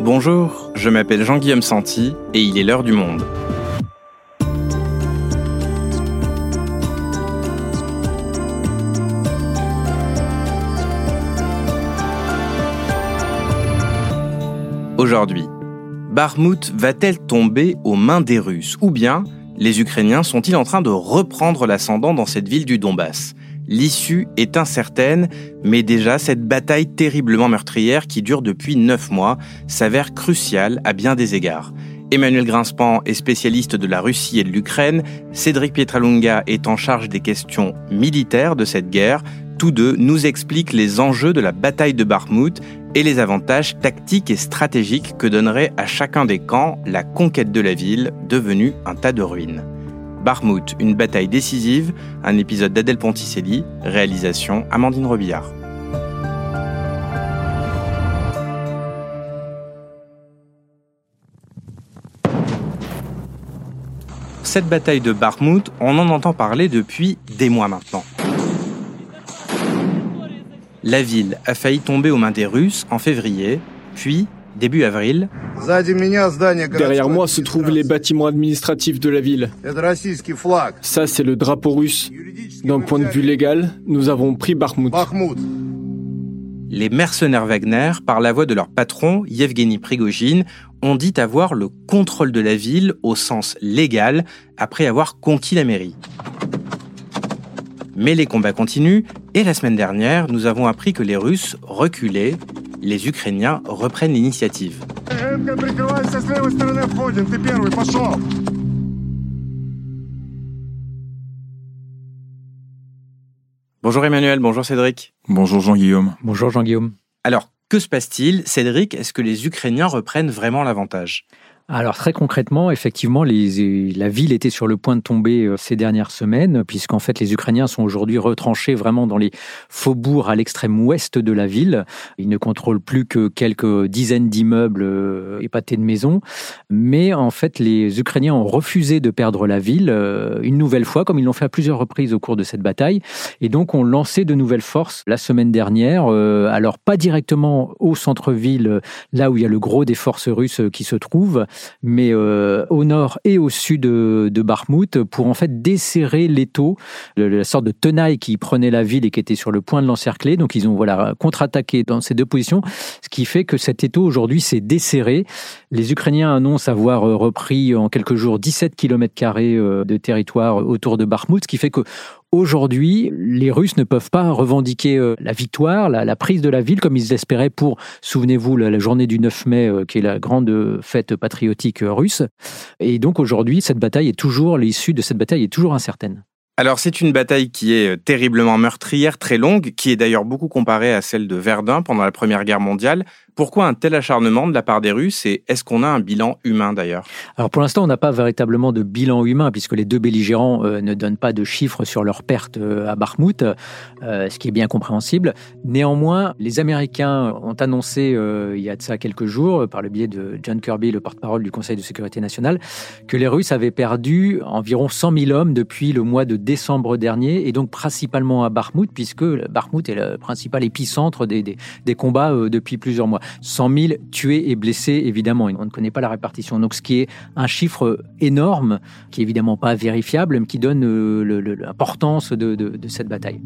Bonjour, je m'appelle Jean-Guillaume Santi et il est l'heure du monde. Aujourd'hui, Bakhmout va-t-elle tomber aux mains des Russes ? Ou bien, les Ukrainiens sont-ils en train de reprendre l'ascendant dans cette ville du Donbass ? L'issue est incertaine, mais déjà cette bataille terriblement meurtrière qui dure depuis 9 mois s'avère cruciale à bien des égards. Emmanuel Grinspan est spécialiste de la Russie et de l'Ukraine, Cédric Pietralunga est en charge des questions militaires de cette guerre. Tous deux nous expliquent les enjeux de la bataille de Bakhmout et les avantages tactiques et stratégiques que donnerait à chacun des camps la conquête de la ville, devenue un tas de ruines. Bakhmout, une bataille décisive, un épisode d'Adèle Ponticelli, réalisation Amandine Robillard. Cette bataille de Bakhmout, on en entend parler depuis des mois maintenant. La ville a failli tomber aux mains des Russes en février, puis, début avril, derrière moi se trouvent les bâtiments administratifs de la ville. Ça, c'est le drapeau russe. D'un point de vue légal, nous avons pris Bakhmout. Les mercenaires Wagner, par la voix de leur patron, Yevgeny Prigojine, ont dit avoir le contrôle de la ville au sens légal après avoir conquis la mairie. Mais les combats continuent et la semaine dernière, nous avons appris que les Russes reculaient. Les Ukrainiens reprennent l'initiative. Bonjour Emmanuel, bonjour Cédric. Bonjour Jean-Guillaume. Bonjour Jean-Guillaume. Alors, que se passe-t-il ? Cédric, est-ce que les Ukrainiens reprennent vraiment l'avantage ? Alors très concrètement, effectivement, la ville était sur le point de tomber ces dernières semaines, puisqu'en fait les Ukrainiens sont aujourd'hui retranchés vraiment dans les faubourgs à l'extrême ouest de la ville. Ils ne contrôlent plus que quelques dizaines d'immeubles et pâtés de maisons. Mais en fait, les Ukrainiens ont refusé de perdre la ville une nouvelle fois, comme ils l'ont fait à plusieurs reprises au cours de cette bataille. Et donc ont lancé de nouvelles forces la semaine dernière. Alors pas directement au centre-ville, là où il y a le gros des forces russes qui se trouvent, mais au nord et au sud de Bakhmout, pour en fait desserrer l'étau, la sorte de tenaille qui prenait la ville et qui était sur le point de l'encercler. Donc ils ont contre-attaqué dans ces deux positions, ce qui fait que cet étau aujourd'hui s'est desserré. Les Ukrainiens annoncent avoir repris en quelques jours 17 km² de territoire autour de Bakhmout, ce qui fait que aujourd'hui, les Russes ne peuvent pas revendiquer la victoire, la prise de la ville, comme ils l'espéraient pour, souvenez-vous, la journée du 9 mai, qui est la grande fête patriotique russe. Et donc aujourd'hui, l'issue de cette bataille est toujours incertaine. Alors c'est une bataille qui est terriblement meurtrière, très longue, qui est d'ailleurs beaucoup comparée à celle de Verdun pendant la Première Guerre mondiale. Pourquoi un tel acharnement de la part des Russes et est-ce qu'on a un bilan humain d'ailleurs ? Alors pour l'instant, on n'a pas véritablement de bilan humain puisque les deux belligérants ne donnent pas de chiffres sur leurs pertes à Bakhmout, ce qui est bien compréhensible. Néanmoins, les Américains ont annoncé il y a de ça quelques jours, par le biais de John Kirby, le porte-parole du Conseil de sécurité nationale, que les Russes avaient perdu environ 100 000 hommes depuis le mois de décembre dernier et donc principalement à Bakhmout puisque Bakhmout est le principal épicentre des combats depuis plusieurs mois. 100 000 tués et blessés, évidemment. On ne connaît pas la répartition. Donc, ce qui est un chiffre énorme, qui est évidemment pas vérifiable, mais qui donne l'importance de cette bataille.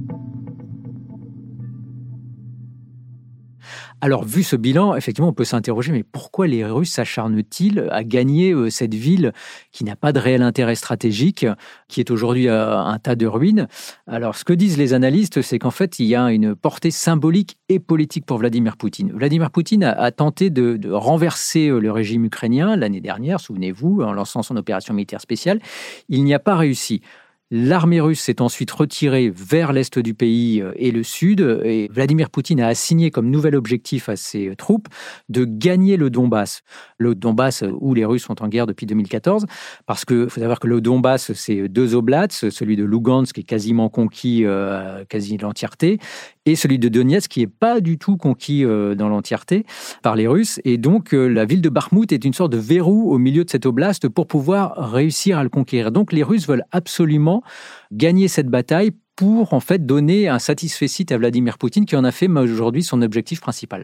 Alors, vu ce bilan, effectivement, on peut s'interroger, mais pourquoi les Russes s'acharnent-ils à gagner cette ville qui n'a pas de réel intérêt stratégique, qui est aujourd'hui un tas de ruines ? Alors, ce que disent les analystes, c'est qu'en fait, il y a une portée symbolique et politique pour Vladimir Poutine. Vladimir Poutine a tenté de renverser le régime ukrainien l'année dernière, souvenez-vous, en lançant son opération militaire spéciale. Il n'y a pas réussi. L'armée russe s'est ensuite retirée vers l'est du pays et le sud, et Vladimir Poutine a assigné comme nouvel objectif à ses troupes de gagner le Donbass. Le Donbass où les Russes sont en guerre depuis 2014, parce qu'il faut savoir que le Donbass, c'est 2 oblats, celui de Lugansk qui est quasiment conquis, quasi l'entièreté, et celui de Donetsk qui n'est pas du tout conquis dans l'entièreté par les Russes. Et donc, la ville de Bakhmout est une sorte de verrou au milieu de cet oblast pour pouvoir réussir à le conquérir. Donc, les Russes veulent absolument gagner cette bataille pour en fait donner un satisfecit à Vladimir Poutine qui en a fait aujourd'hui son objectif principal.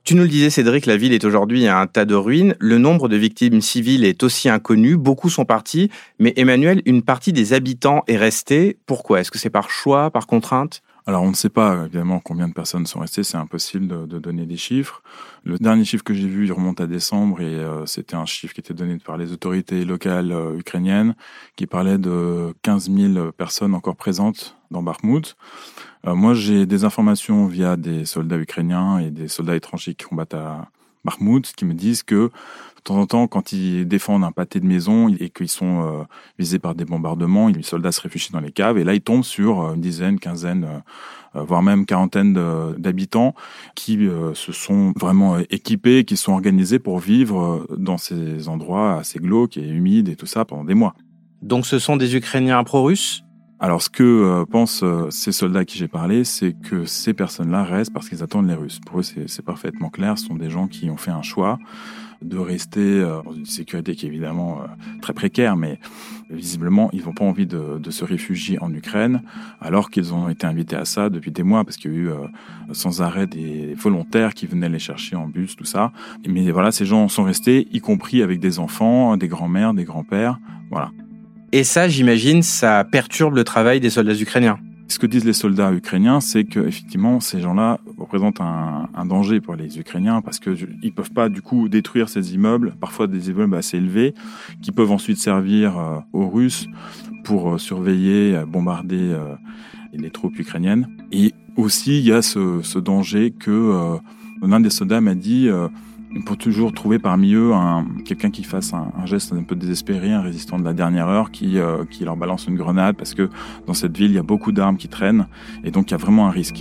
Tu nous le disais, Cédric, la ville est aujourd'hui un tas de ruines. Le nombre de victimes civiles est aussi inconnu. Beaucoup sont partis. Mais Emmanuel, une partie des habitants est restée. Pourquoi ? Est-ce que c'est par choix, par contrainte ? Alors, on ne sait pas, évidemment, combien de personnes sont restées. C'est impossible de donner des chiffres. Le dernier chiffre que j'ai vu, il remonte à décembre et c'était un chiffre qui était donné par les autorités locales ukrainiennes qui parlait de 15 000 personnes encore présentes dans Bakhmout. Moi, j'ai des informations via des soldats ukrainiens et des soldats étrangers qui combattent à Bakhmout qui me disent que de temps en temps, quand ils défendent un pâté de maison et qu'ils sont visés par des bombardements, les soldats se réfugient dans les caves et là, ils tombent sur une dizaine, quinzaine, voire même quarantaine d'habitants qui se sont vraiment équipés, qui sont organisés pour vivre dans ces endroits assez glauques et humides et tout ça pendant des mois. Donc ce sont des Ukrainiens pro-russes ? Alors, ce que pensent ces soldats à qui j'ai parlé, c'est que ces personnes-là restent parce qu'ils attendent les Russes. Pour eux, c'est parfaitement clair. Ce sont des gens qui ont fait un choix de rester dans une sécurité qui est évidemment très précaire, mais visiblement, ils n'ont pas envie de se réfugier en Ukraine, alors qu'ils ont été invités à ça depuis des mois, parce qu'il y a eu sans arrêt des volontaires qui venaient les chercher en bus, tout ça. Mais voilà, ces gens sont restés, y compris avec des enfants, des grands-mères, des grands-pères, voilà. Et ça, j'imagine, ça perturbe le travail des soldats ukrainiens. Ce que disent les soldats ukrainiens, c'est que effectivement, ces gens-là représentent un danger pour les Ukrainiens parce que ils peuvent pas du coup détruire ces immeubles, parfois des immeubles assez élevés, qui peuvent ensuite servir aux Russes pour surveiller, bombarder les troupes ukrainiennes. Et aussi, il y a ce danger que l'un des soldats m'a dit. Pour toujours trouver parmi eux quelqu'un qui fasse un geste un peu désespéré, un résistant de la dernière heure qui leur balance une grenade parce que dans cette ville, il y a beaucoup d'armes qui traînent et donc il y a vraiment un risque.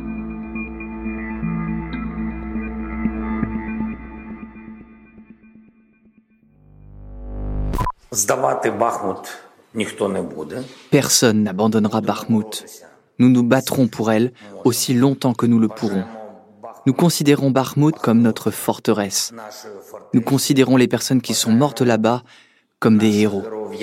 Personne n'abandonnera Bakhmout. Nous nous battrons pour elle aussi longtemps que nous le pourrons. Nous considérons Bakhmout comme notre forteresse. Nous considérons les personnes qui sont mortes là-bas comme des héros.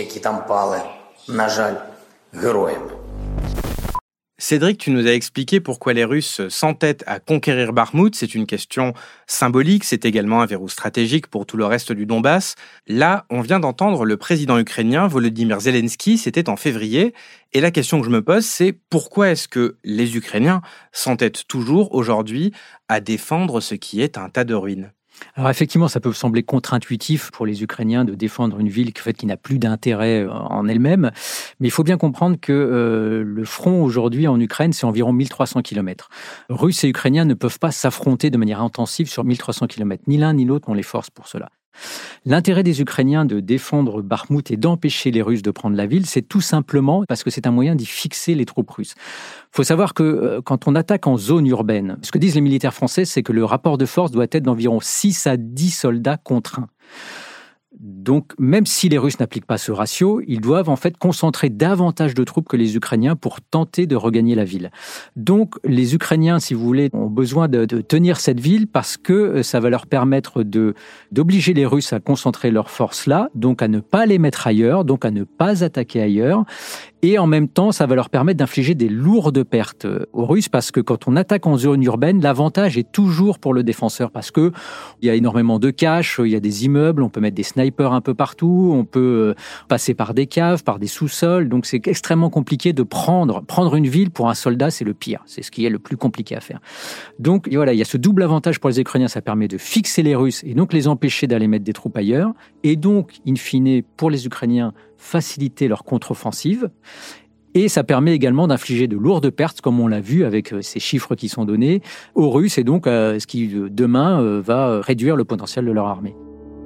Cédric, tu nous as expliqué pourquoi les Russes s'entêtent à conquérir Bakhmout. C'est une question symbolique, c'est également un verrou stratégique pour tout le reste du Donbass. Là, on vient d'entendre le président ukrainien Volodymyr Zelensky, c'était en février. Et la question que je me pose, c'est pourquoi est-ce que les Ukrainiens s'entêtent toujours aujourd'hui à défendre ce qui est un tas de ruines ? Alors effectivement, ça peut sembler contre-intuitif pour les Ukrainiens de défendre une ville qui n'a plus d'intérêt en elle-même. Mais il faut bien comprendre que le front aujourd'hui en Ukraine, c'est environ 1300 km. Russes et Ukrainiens ne peuvent pas s'affronter de manière intensive sur 1300 km. Ni l'un ni l'autre n'ont les forces pour cela. L'intérêt des Ukrainiens de défendre Bakhmout et d'empêcher les Russes de prendre la ville, c'est tout simplement parce que c'est un moyen d'y fixer les troupes russes. Il faut savoir que quand on attaque en zone urbaine, ce que disent les militaires français, c'est que le rapport de force doit être d'environ 6 à 10 soldats contre 1. Donc, même si les Russes n'appliquent pas ce ratio, ils doivent en fait concentrer davantage de troupes que les Ukrainiens pour tenter de regagner la ville. Donc, les Ukrainiens, si vous voulez, ont besoin de tenir cette ville parce que ça va leur permettre d'obliger les Russes à concentrer leurs forces là, donc à ne pas les mettre ailleurs, donc à ne pas attaquer ailleurs. Et en même temps, ça va leur permettre d'infliger des lourdes pertes aux Russes parce que quand on attaque en zone urbaine, l'avantage est toujours pour le défenseur parce que il y a énormément de caches, il y a des immeubles, on peut mettre des snipers un peu partout, on peut passer par des caves, par des sous-sols. Donc c'est extrêmement compliqué de prendre une ville pour un soldat, c'est le pire. C'est ce qui est le plus compliqué à faire. Donc voilà, il y a ce double avantage pour les Ukrainiens, ça permet de fixer les Russes et donc les empêcher d'aller mettre des troupes ailleurs. Et donc, in fine, pour les Ukrainiens, faciliter leur contre-offensive. Et ça permet également d'infliger de lourdes pertes, comme on l'a vu avec ces chiffres qui sont donnés aux Russes, et donc ce qui, demain, va réduire le potentiel de leur armée.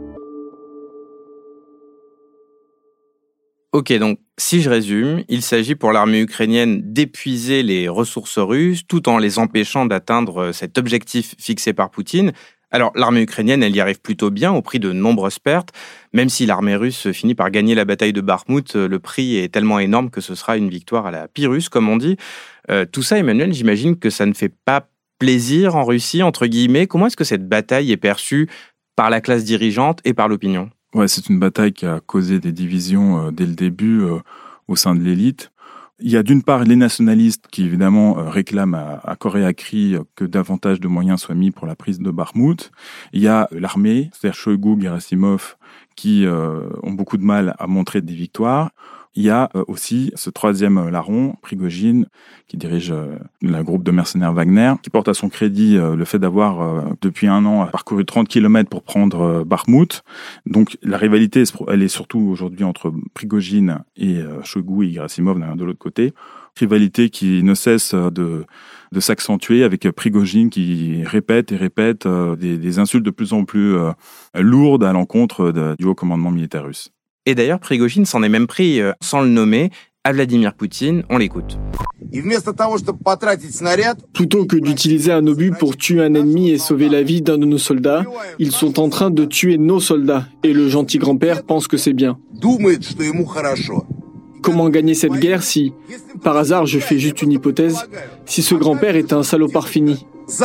Ok, donc si je résume, il s'agit pour l'armée ukrainienne d'épuiser les ressources russes tout en les empêchant d'atteindre cet objectif fixé par Poutine. Alors, l'armée ukrainienne, elle y arrive plutôt bien au prix de nombreuses pertes. Même si l'armée russe finit par gagner la bataille de Bakhmout, le prix est tellement énorme que ce sera une victoire à la Pyrrhus, comme on dit. Tout ça, Emmanuel, j'imagine que ça ne fait pas plaisir en Russie, entre guillemets. Comment est-ce que cette bataille est perçue par la classe dirigeante et par l'opinion ? Ouais, c'est une bataille qui a causé des divisions dès le début au sein de l'élite. Il y a d'une part les nationalistes qui évidemment réclament à corps et à cri que davantage de moyens soient mis pour la prise de Bakhmout. Il y a l'armée, c'est-à-dire Shoigu, Gerasimov, qui ont beaucoup de mal à montrer des victoires. Il y a aussi ce troisième larron, Prigojine, qui dirige le groupe de mercenaires Wagner, qui porte à son crédit le fait d'avoir, depuis 1 an, parcouru 30 km pour prendre Bakhmout. Donc la rivalité, elle est surtout aujourd'hui entre Prigojine et Shoigu et Gerasimov de l'autre côté. Rivalité qui ne cesse de s'accentuer avec Prigojine qui répète et répète des insultes de plus en plus lourdes à l'encontre du haut commandement militaire russe. Et d'ailleurs, Prigojine s'en est même pris, sans le nommer, à Vladimir Poutine. On l'écoute. Plutôt que d'utiliser un obus pour tuer un ennemi et sauver la vie d'un de nos soldats, ils sont en train de tuer nos soldats. Et le gentil grand-père pense que c'est bien. Comment gagner cette guerre si, par hasard, je fais juste une hypothèse, si ce grand-père est un salopard fini?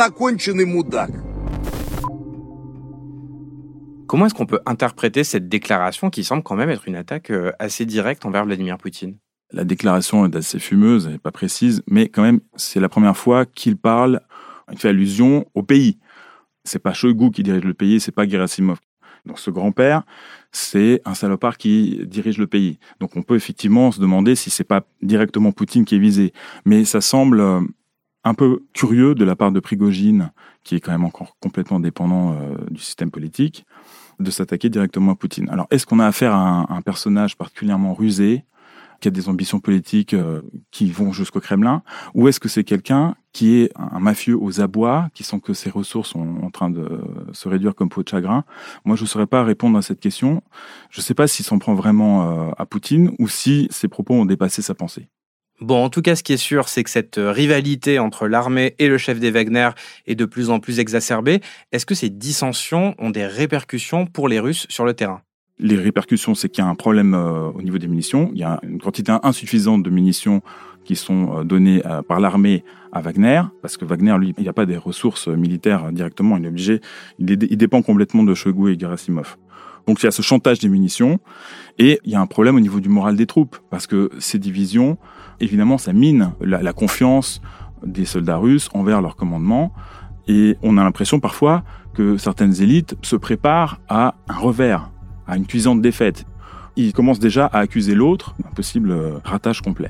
Comment est-ce qu'on peut interpréter cette déclaration qui semble quand même être une attaque assez directe envers Vladimir Poutine ? La déclaration est assez fumeuse, elle n'est pas précise, mais quand même, c'est la première fois qu'il parle, il fait allusion au pays. C'est pas Shoigu qui dirige le pays, c'est pas Gerasimov. Donc ce grand-père, c'est un salopard qui dirige le pays. Donc on peut effectivement se demander si c'est pas directement Poutine qui est visé. Mais ça semble un peu curieux de la part de Prigojine, qui est quand même encore complètement dépendant du système politique, de s'attaquer directement à Poutine. Alors, est-ce qu'on a affaire à un personnage particulièrement rusé, qui a des ambitions politiques qui vont jusqu'au Kremlin, ou est-ce que c'est quelqu'un qui est un mafieux aux abois, qui sent que ses ressources sont en train de se réduire comme peau de chagrin? Moi, je ne saurais pas répondre à cette question. Je ne sais pas s'il s'en prend vraiment à Poutine, ou si ses propos ont dépassé sa pensée. Bon, en tout cas, ce qui est sûr, c'est que cette rivalité entre l'armée et le chef des Wagner est de plus en plus exacerbée. Est-ce que ces dissensions ont des répercussions pour les Russes sur le terrain ? Les répercussions, c'est qu'il y a un problème au niveau des munitions. Il y a une quantité insuffisante de munitions qui sont données par l'armée à Wagner, parce que Wagner, lui, il n'y a pas des ressources militaires directement. Il est obligé, il dépend complètement de Shoigu et Gerasimov. Donc il y a ce chantage des munitions et il y a un problème au niveau du moral des troupes, parce que ces divisions, évidemment, ça mine la confiance des soldats russes envers leur commandement. Et on a l'impression parfois que certaines élites se préparent à un revers, à une cuisante défaite. Ils commencent déjà à accuser l'autre d'un possible ratage complet.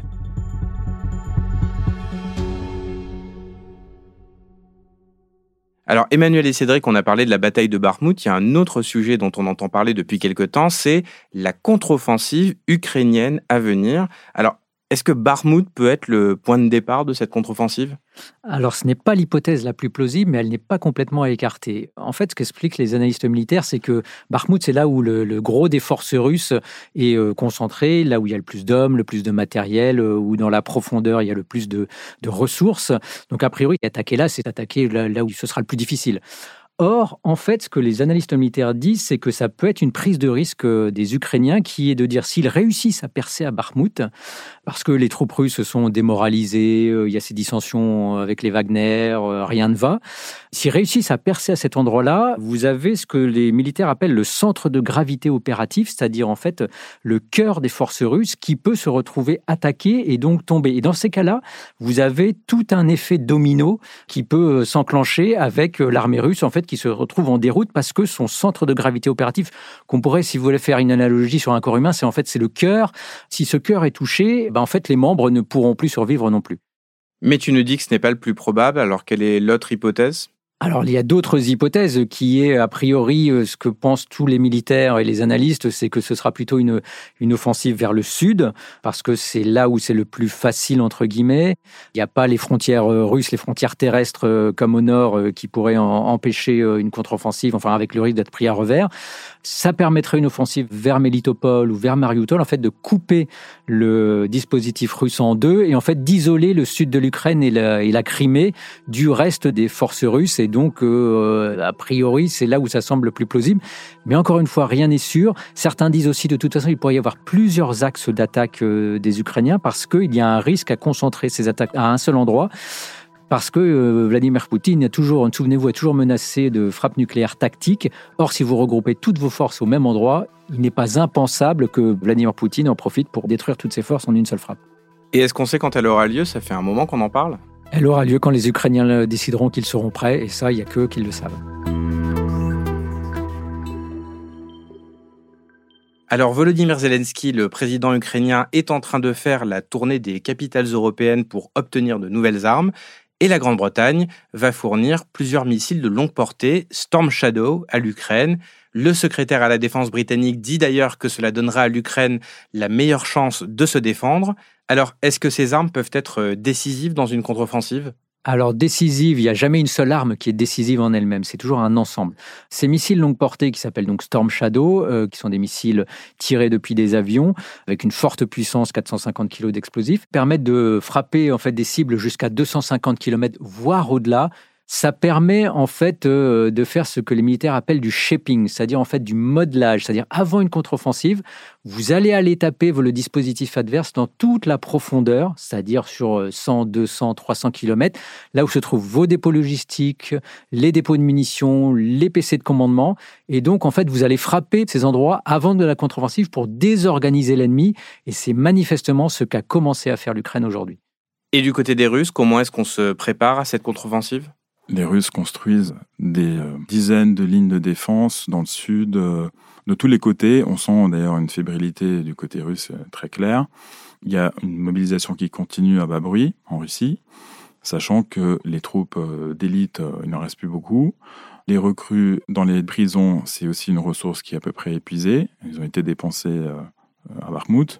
Alors, Emmanuel et Cédric, on a parlé de la bataille de Bakhmout. Il y a un autre sujet dont on entend parler depuis quelque temps, c'est la contre-offensive ukrainienne à venir. Alors, est-ce que Bakhmout peut être le point de départ de cette contre-offensive ? Alors, ce n'est pas l'hypothèse la plus plausible, mais elle n'est pas complètement à écarter. En fait, ce qu'expliquent les analystes militaires, c'est que Bakhmout, c'est là où le gros des forces russes est concentré, là où il y a le plus d'hommes, le plus de matériel, où dans la profondeur, il y a le plus de ressources. Donc, a priori, attaquer là, c'est attaquer là où ce sera le plus difficile. Or, en fait, ce que les analystes militaires disent, c'est que ça peut être une prise de risque des Ukrainiens, qui est de dire s'ils réussissent à percer à Bakhmout, parce que les troupes russes sont démoralisées, il y a ces dissensions avec les Wagner, rien ne va. S'ils réussissent à percer à cet endroit-là, vous avez ce que les militaires appellent le centre de gravité opératif, c'est-à-dire en fait le cœur des forces russes qui peut se retrouver attaqué et donc tomber. Et dans ces cas-là, vous avez tout un effet domino qui peut s'enclencher avec l'armée russe, en fait, qui se retrouve en déroute parce que son centre de gravité opératif, qu'on pourrait, si vous voulez faire une analogie sur un corps humain, c'est le cœur. Si ce cœur est touché, en fait, les membres ne pourront plus survivre non plus. Mais tu nous dis que ce n'est pas le plus probable, alors quelle est l'autre hypothèse ? Alors, il y a d'autres hypothèses qui est, a priori, ce que pensent tous les militaires et les analystes, c'est que ce sera plutôt une offensive vers le sud, parce que c'est là où c'est le plus facile, entre guillemets. Il n'y a pas les frontières russes, les frontières terrestres comme au nord, qui pourraient empêcher une contre-offensive, enfin, avec le risque d'être pris à revers. Ça permettrait une offensive vers Mélitopol ou vers Mariupol, en fait, de couper le dispositif russe en deux et en fait d'isoler le sud de l'Ukraine et la Crimée du reste des forces russes. Et donc, a priori, c'est là où ça semble le plus plausible. Mais encore une fois, rien n'est sûr. Certains disent aussi, de toute façon, il pourrait y avoir plusieurs axes d'attaque des Ukrainiens parce qu'il y a un risque à concentrer ces attaques à un seul endroit. Parce que Vladimir Poutine, souvenez-vous, est toujours menacé de frappes nucléaires tactiques. Or, si vous regroupez toutes vos forces au même endroit, il n'est pas impensable que Vladimir Poutine en profite pour détruire toutes ses forces en une seule frappe. Et est-ce qu'on sait quand elle aura lieu ? Ça fait un moment qu'on en parle ? Elle aura lieu quand les Ukrainiens décideront qu'ils seront prêts, et ça, il n'y a qu'eux qui le savent. Alors Volodymyr Zelensky, le président ukrainien, est en train de faire la tournée des capitales européennes pour obtenir de nouvelles armes. Et la Grande-Bretagne va fournir plusieurs missiles de longue portée, Storm Shadow, à l'Ukraine. Le secrétaire à la défense britannique dit d'ailleurs que cela donnera à l'Ukraine la meilleure chance de se défendre. Alors, est-ce que ces armes peuvent être décisives dans une contre-offensive ? Alors, décisive, il n'y a jamais une seule arme qui est décisive en elle-même, c'est toujours un ensemble. Ces missiles longue portée qui s'appellent donc Storm Shadow, qui sont des missiles tirés depuis des avions, avec une forte puissance, 450 kg d'explosifs, permettent de frapper en fait des cibles jusqu'à 250 km, voire au-delà. Ça permet en fait de faire ce que les militaires appellent du shaping, c'est-à-dire en fait du modelage, c'est-à-dire avant une contre-offensive, vous allez aller taper le dispositif adverse dans toute la profondeur, c'est-à-dire sur 100, 200, 300 km, là où se trouvent vos dépôts logistiques, les dépôts de munitions, les PC de commandement, et donc en fait vous allez frapper ces endroits avant de la contre-offensive pour désorganiser l'ennemi, et c'est manifestement ce qu'a commencé à faire l'Ukraine aujourd'hui. Et du côté des Russes, comment est-ce qu'on se prépare à cette contre-offensive ? Les Russes construisent des dizaines de lignes de défense dans le sud, de tous les côtés. On sent d'ailleurs une fébrilité du côté russe très claire. Il y a une mobilisation qui continue à bas bruit en Russie, sachant que les troupes d'élite, il n'en reste plus beaucoup. Les recrues dans les prisons, c'est aussi une ressource qui est à peu près épuisée. Ils ont été dépensés à Bakhmout.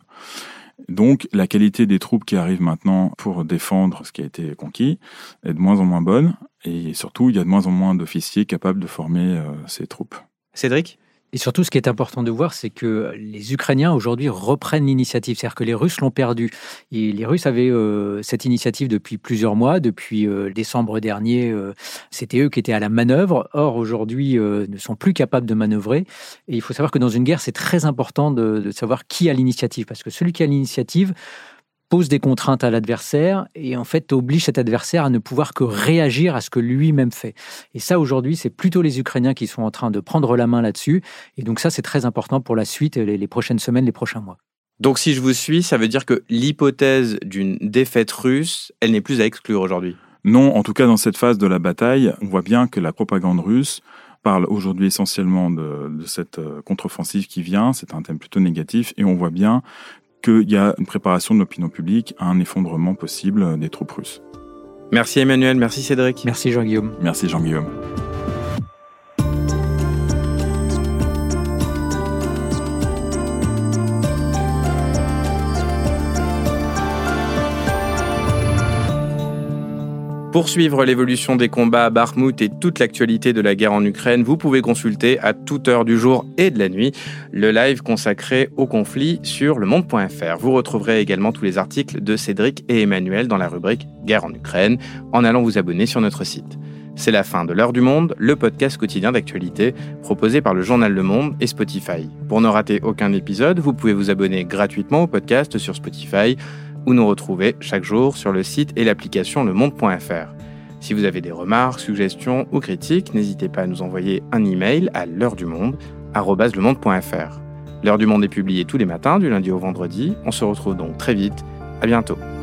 Donc, la qualité des troupes qui arrivent maintenant pour défendre ce qui a été conquis est de moins en moins bonne. Et surtout, il y a de moins en moins d'officiers capables de former ces troupes. Cédric ? Et surtout, ce qui est important de voir, c'est que les Ukrainiens, aujourd'hui, reprennent l'initiative. C'est-à-dire que les Russes l'ont perdue. Et les Russes avaient cette initiative depuis plusieurs mois. Depuis décembre dernier, c'était eux qui étaient à la manœuvre. Or, aujourd'hui, ne sont plus capables de manœuvrer. Et il faut savoir que dans une guerre, c'est très important de savoir qui a l'initiative. Parce que celui qui a l'initiative pose des contraintes à l'adversaire et en fait oblige cet adversaire à ne pouvoir que réagir à ce que lui-même fait. Et ça, aujourd'hui, c'est plutôt les Ukrainiens qui sont en train de prendre la main là-dessus. Et donc ça, c'est très important pour la suite, les prochaines semaines, les prochains mois. Donc si je vous suis, ça veut dire que l'hypothèse d'une défaite russe, elle n'est plus à exclure aujourd'hui ? Non, en tout cas, dans cette phase de la bataille, on voit bien que la propagande russe parle aujourd'hui essentiellement de cette contre-offensive qui vient. C'est un thème plutôt négatif et on voit bien qu'il y a une préparation de l'opinion publique à un effondrement possible des troupes russes. Merci Emmanuel, merci Cédric. Merci Jean-Guillaume. Merci Jean-Guillaume. Pour suivre l'évolution des combats à Bakhmout et toute l'actualité de la guerre en Ukraine, vous pouvez consulter à toute heure du jour et de la nuit le live consacré au conflit sur lemonde.fr. Vous retrouverez également tous les articles de Cédric et Emmanuel dans la rubrique Guerre en Ukraine en allant vous abonner sur notre site. C'est la fin de l'heure du monde, le podcast quotidien d'actualité proposé par le journal Le Monde et Spotify. Pour ne rater aucun épisode, vous pouvez vous abonner gratuitement au podcast sur Spotify ou nous retrouver chaque jour sur le site et l'application lemonde.fr. Si vous avez des remarques, suggestions ou critiques, n'hésitez pas à nous envoyer un email à l'heuredumonde@lemonde.fr. L'heure du monde est publiée tous les matins, du lundi au vendredi. On se retrouve donc très vite. À bientôt.